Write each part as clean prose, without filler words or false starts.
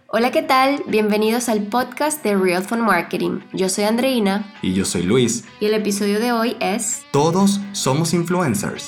Hola, ¿qué tal? Bienvenidos al podcast de Real Fun Marketing. Yo soy Andreina. Y yo soy Luis. Y el episodio de hoy es... Todos somos influencers.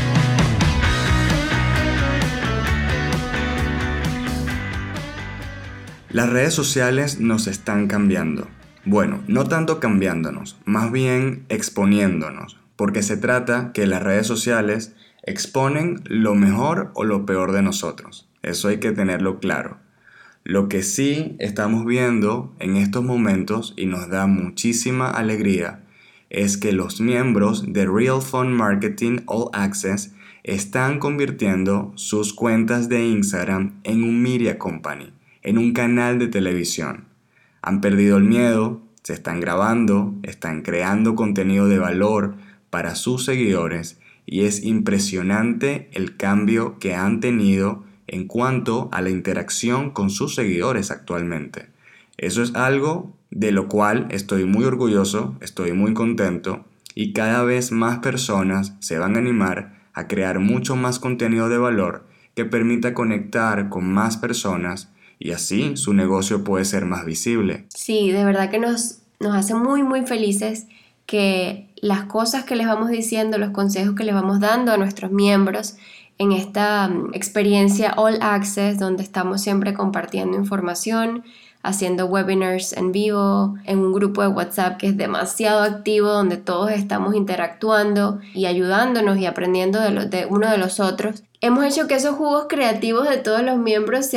Las redes sociales nos están cambiando. Bueno, no tanto cambiándonos, más bien exponiéndonos, porque se trata que las redes sociales exponen lo mejor o lo peor de nosotros. Eso hay que tenerlo claro. Lo que sí estamos viendo en estos momentos y nos da muchísima alegría es que los miembros de Real Fun Marketing All Access están convirtiendo sus cuentas de Instagram en un media company, en un canal de televisión. Han perdido el miedo, se están grabando, están creando contenido de valor para sus seguidores y es impresionante el cambio que han tenido en cuanto a la interacción con sus seguidores actualmente. Eso es algo de lo cual estoy muy orgulloso, estoy muy contento y cada vez más personas se van a animar a crear mucho más contenido de valor que permita conectar con más personas y así su negocio puede ser más visible. Sí, de verdad que nos hace muy felices que las cosas que les vamos diciendo, los consejos que les vamos dando a nuestros miembros en esta experiencia All Access, donde estamos siempre compartiendo información, haciendo webinars en vivo, en un grupo de WhatsApp que es demasiado activo, donde todos estamos interactuando y ayudándonos y aprendiendo de uno de los otros. Hemos hecho que esos jugos creativos de todos los miembros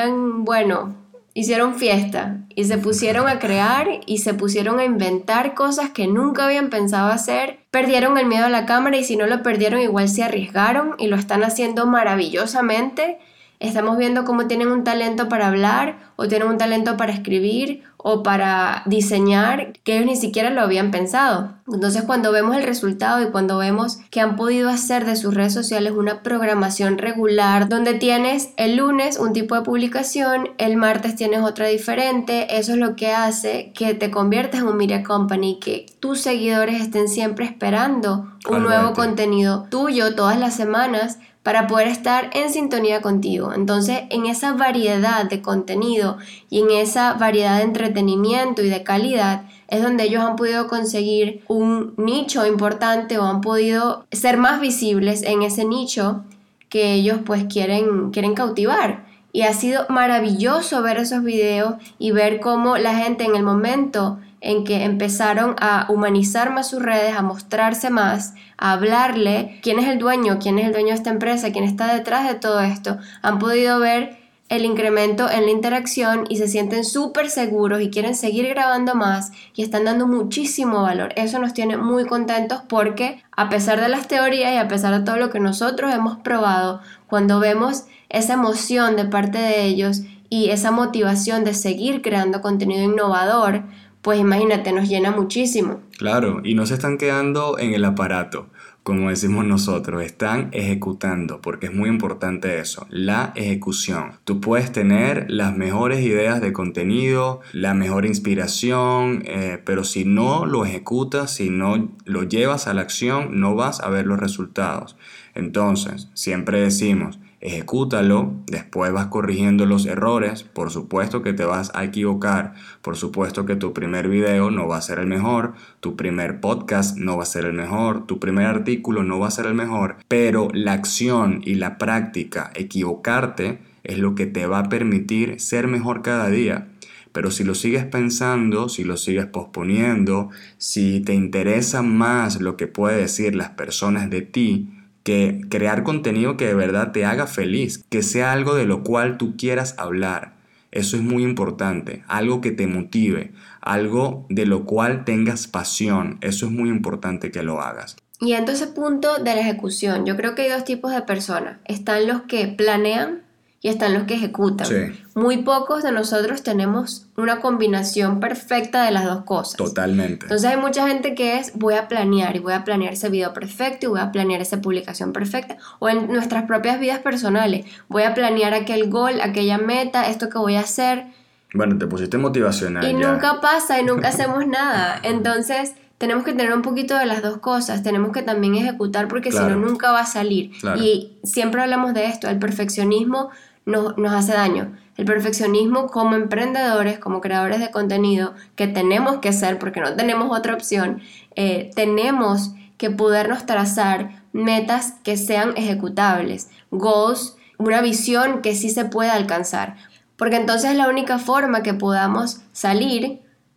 hicieron fiesta y se pusieron a crear y se pusieron a inventar cosas que nunca habían pensado hacer. Perdieron el miedo a la cámara y si no lo perdieron igual se arriesgaron y lo están haciendo maravillosamente. Estamos viendo cómo tienen un talento para hablar o tienen un talento para escribir o para diseñar que ellos ni siquiera lo habían pensado. Entonces cuando vemos el resultado y cuando vemos que han podido hacer de sus redes sociales una programación regular donde tienes el lunes un tipo de publicación, el martes tienes otra diferente, eso es lo que hace que te conviertas en un media company, que tus seguidores estén siempre esperando un nuevo contenido tuyo todas las semanas para poder estar en sintonía contigo. Entonces, en esa variedad de contenido y en esa variedad de entretenimiento y de calidad es donde ellos han podido conseguir un nicho importante o han podido ser más visibles en ese nicho que ellos pues quieren cautivar. Y ha sido maravilloso ver esos videos y ver cómo la gente en el momento en que empezaron a humanizar más sus redes, a mostrarse más, a hablarle quién es el dueño de esta empresa, quién está detrás de todo esto, han podido ver el incremento en la interacción y se sienten súper seguros y quieren seguir grabando más y están dando muchísimo valor. Eso nos tiene muy contentos porque a pesar de las teorías y a pesar de todo lo que nosotros hemos probado, cuando vemos esa emoción de parte de ellos y esa motivación de seguir creando contenido innovador, pues imagínate, nos llena muchísimo. Claro, y no se están quedando en el aparato, como decimos nosotros, están ejecutando, porque es muy importante eso, la ejecución. Tú puedes tener las mejores ideas de contenido, la mejor inspiración, pero si no lo ejecutas, si no lo llevas a la acción, no vas a ver los resultados. Entonces, siempre decimos, ejecútalo, después vas corrigiendo los errores, por supuesto que te vas a equivocar, por supuesto que tu primer video no va a ser el mejor, tu primer podcast no va a ser el mejor, tu primer artículo no va a ser el mejor, pero la acción y la práctica, equivocarte, es lo que te va a permitir ser mejor cada día. Pero si lo sigues pensando, si lo sigues posponiendo, si te interesa más lo que pueden decir las personas de ti, que crear contenido que de verdad te haga feliz, que sea algo de lo cual tú quieras hablar. Eso es muy importante, algo que te motive, algo de lo cual tengas pasión. Eso es muy importante que lo hagas. Y en ese punto de la ejecución, yo creo que hay dos tipos de personas. Están los que planean y están los que ejecutan. Sí. Muy pocos de nosotros tenemos una combinación perfecta de las dos cosas. Totalmente. Entonces hay mucha gente que voy a planear y voy a planear ese video perfecto y voy a planear esa publicación perfecta. O en nuestras propias vidas personales, voy a planear aquel gol, aquella meta, esto que voy a hacer. Bueno, te pusiste motivacional. Y ya. nunca pasa y nunca hacemos nada. Entonces tenemos que tener un poquito de las dos cosas, tenemos que también ejecutar porque Claro. si no nunca va a salir. Claro. Y siempre hablamos de esto, el perfeccionismo nos hace daño. El perfeccionismo como emprendedores, como creadores de contenido, que tenemos que ser porque no tenemos otra opción, tenemos que podernos trazar metas que sean ejecutables, goals, una visión que sí se pueda alcanzar, porque entonces es la única forma que podamos salir,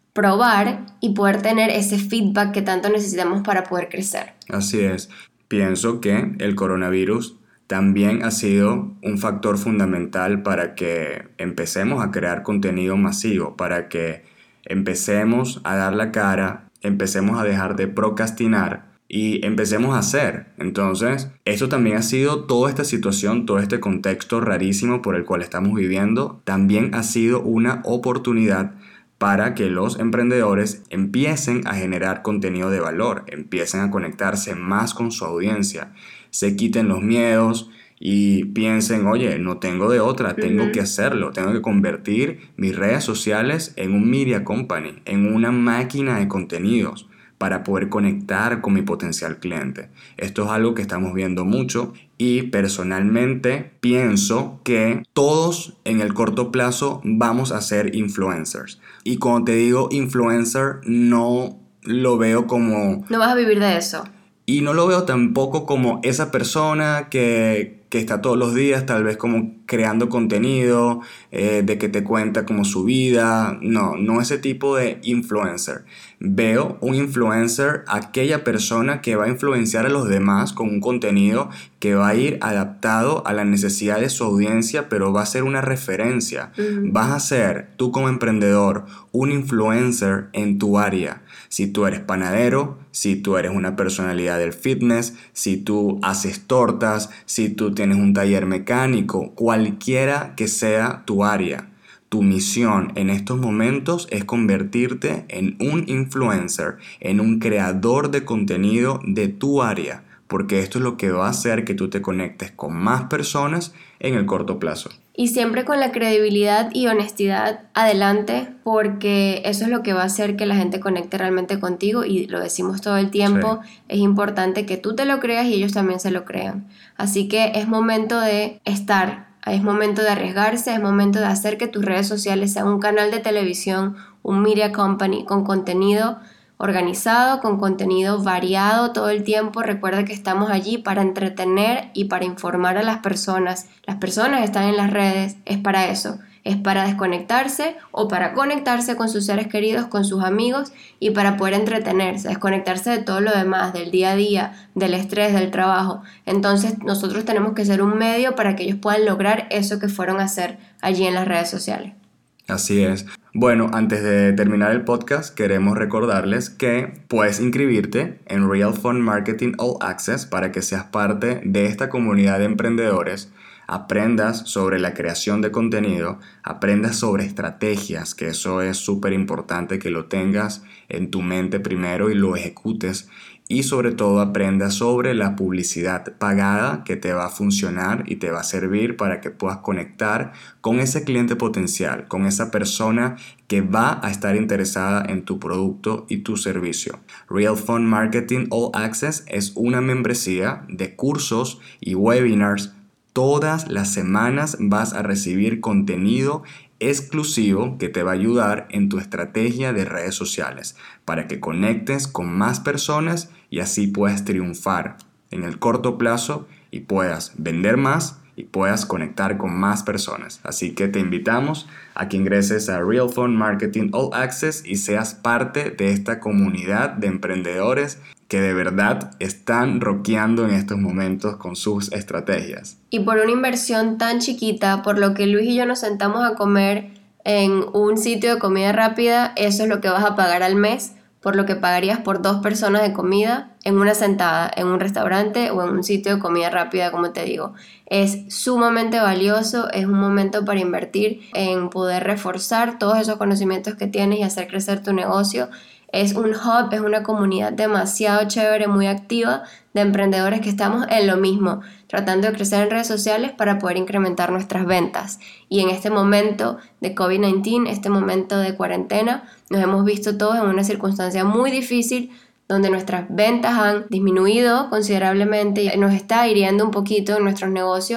probar y poder tener ese feedback que tanto necesitamos para poder crecer. Así es. Pienso que el coronavirus también ha sido un factor fundamental para que empecemos a crear contenido masivo, para que empecemos a dar la cara, empecemos a dejar de procrastinar y empecemos a hacer. Entonces, esto también ha sido, toda esta situación, todo este contexto rarísimo por el cual estamos viviendo, también ha sido una oportunidad para que los emprendedores empiecen a generar contenido de valor, empiecen a conectarse más con su audiencia, se quiten los miedos y piensen, oye, no tengo de otra, tengo que hacerlo, tengo que convertir mis redes sociales en un media company, en una máquina de contenidos para poder conectar con mi potencial cliente. Esto es algo que estamos viendo mucho y personalmente pienso que todos en el corto plazo vamos a ser influencers. Y cuando te digo influencer, no lo veo como... No vas a vivir de eso. Y no lo veo tampoco como esa persona que está todos los días tal vez como creando contenido, de que te cuenta como su vida. No ese tipo de influencer. Veo un influencer, aquella persona que va a influenciar a los demás con un contenido que va a ir adaptado a la necesidad de su audiencia, pero va a ser una referencia. Vas a ser, tú como emprendedor, un influencer en tu área. Si tú eres panadero, si tú eres una personalidad del fitness, si tú haces tortas, si tú tienes un taller mecánico, cualquiera que sea tu área. Tu misión en estos momentos es convertirte en un influencer, en un creador de contenido de tu área, porque esto es lo que va a hacer que tú te conectes con más personas en el corto plazo. Y siempre con la credibilidad y honestidad adelante, porque eso es lo que va a hacer que la gente conecte realmente contigo, y lo decimos todo el tiempo, sí. Es importante que tú te lo creas y ellos también se lo crean. Así que es momento de estar, es momento de arriesgarse, es momento de hacer que tus redes sociales sean un canal de televisión, un media company con contenido organizado, con contenido variado todo el tiempo. Recuerda que estamos allí para entretener y para informar a las personas. Las personas están en las redes, es para eso. Es para desconectarse o para conectarse con sus seres queridos, con sus amigos, y para poder entretenerse, desconectarse de todo lo demás, del día a día, del estrés, del trabajo. Entonces nosotros tenemos que ser un medio para que ellos puedan lograr eso que fueron a hacer allí en las redes sociales. Así es. Bueno, antes de terminar el podcast, queremos recordarles que puedes inscribirte en Real Fund Marketing All Access para que seas parte de esta comunidad de emprendedores, aprendas sobre la creación de contenido, aprendas sobre estrategias, que eso es súper importante que lo tengas en tu mente primero y lo ejecutes. Y sobre todo aprendas sobre la publicidad pagada que te va a funcionar y te va a servir para que puedas conectar con ese cliente potencial, con esa persona que va a estar interesada en tu producto y tu servicio. Real Fund Marketing All Access es una membresía de cursos y webinars. Todas las semanas vas a recibir contenido exclusivo que te va a ayudar en tu estrategia de redes sociales para que conectes con más personas y así puedas triunfar en el corto plazo y puedas vender más y puedas conectar con más personas. Así que te invitamos a que ingreses a Real Fund Marketing All Access y seas parte de esta comunidad de emprendedores que de verdad están rockeando en estos momentos con sus estrategias. Y por una inversión tan chiquita, por lo que Luis y yo nos sentamos a comer en un sitio de comida rápida, eso es lo que vas a pagar al mes, por lo que pagarías por 2 personas de comida en una sentada, en un restaurante o en un sitio de comida rápida, como te digo. Es sumamente valioso, es un momento para invertir en poder reforzar todos esos conocimientos que tienes y hacer crecer tu negocio. Es un hub, es una comunidad demasiado chévere, muy activa, de emprendedores que estamos en lo mismo, tratando de crecer en redes sociales para poder incrementar nuestras ventas. Y en este momento de COVID-19, este momento de cuarentena, nos hemos visto todos en una circunstancia muy difícil, donde nuestras ventas han disminuido considerablemente y nos está hiriendo un poquito en nuestros negocios.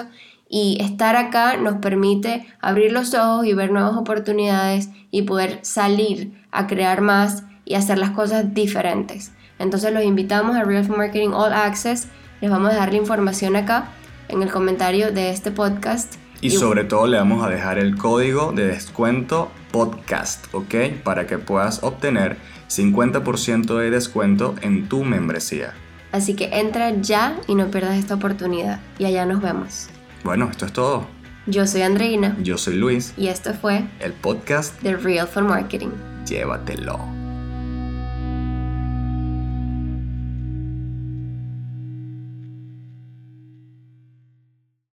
Y estar acá nos permite abrir los ojos y ver nuevas oportunidades y poder salir a crear más y hacer las cosas diferentes. Entonces los invitamos a Real Marketing All Access. Les vamos a dejar la información acá en el comentario de este podcast. Y sobre todo le vamos a dejar el código de descuento podcast, ¿ok? Para que puedas obtener 50% de descuento en tu membresía. Así que entra ya y no pierdas esta oportunidad. Y allá nos vemos. Bueno, esto es todo. Yo soy Andreina. Yo soy Luis. Y esto fue el podcast de Real Marketing. Llévatelo.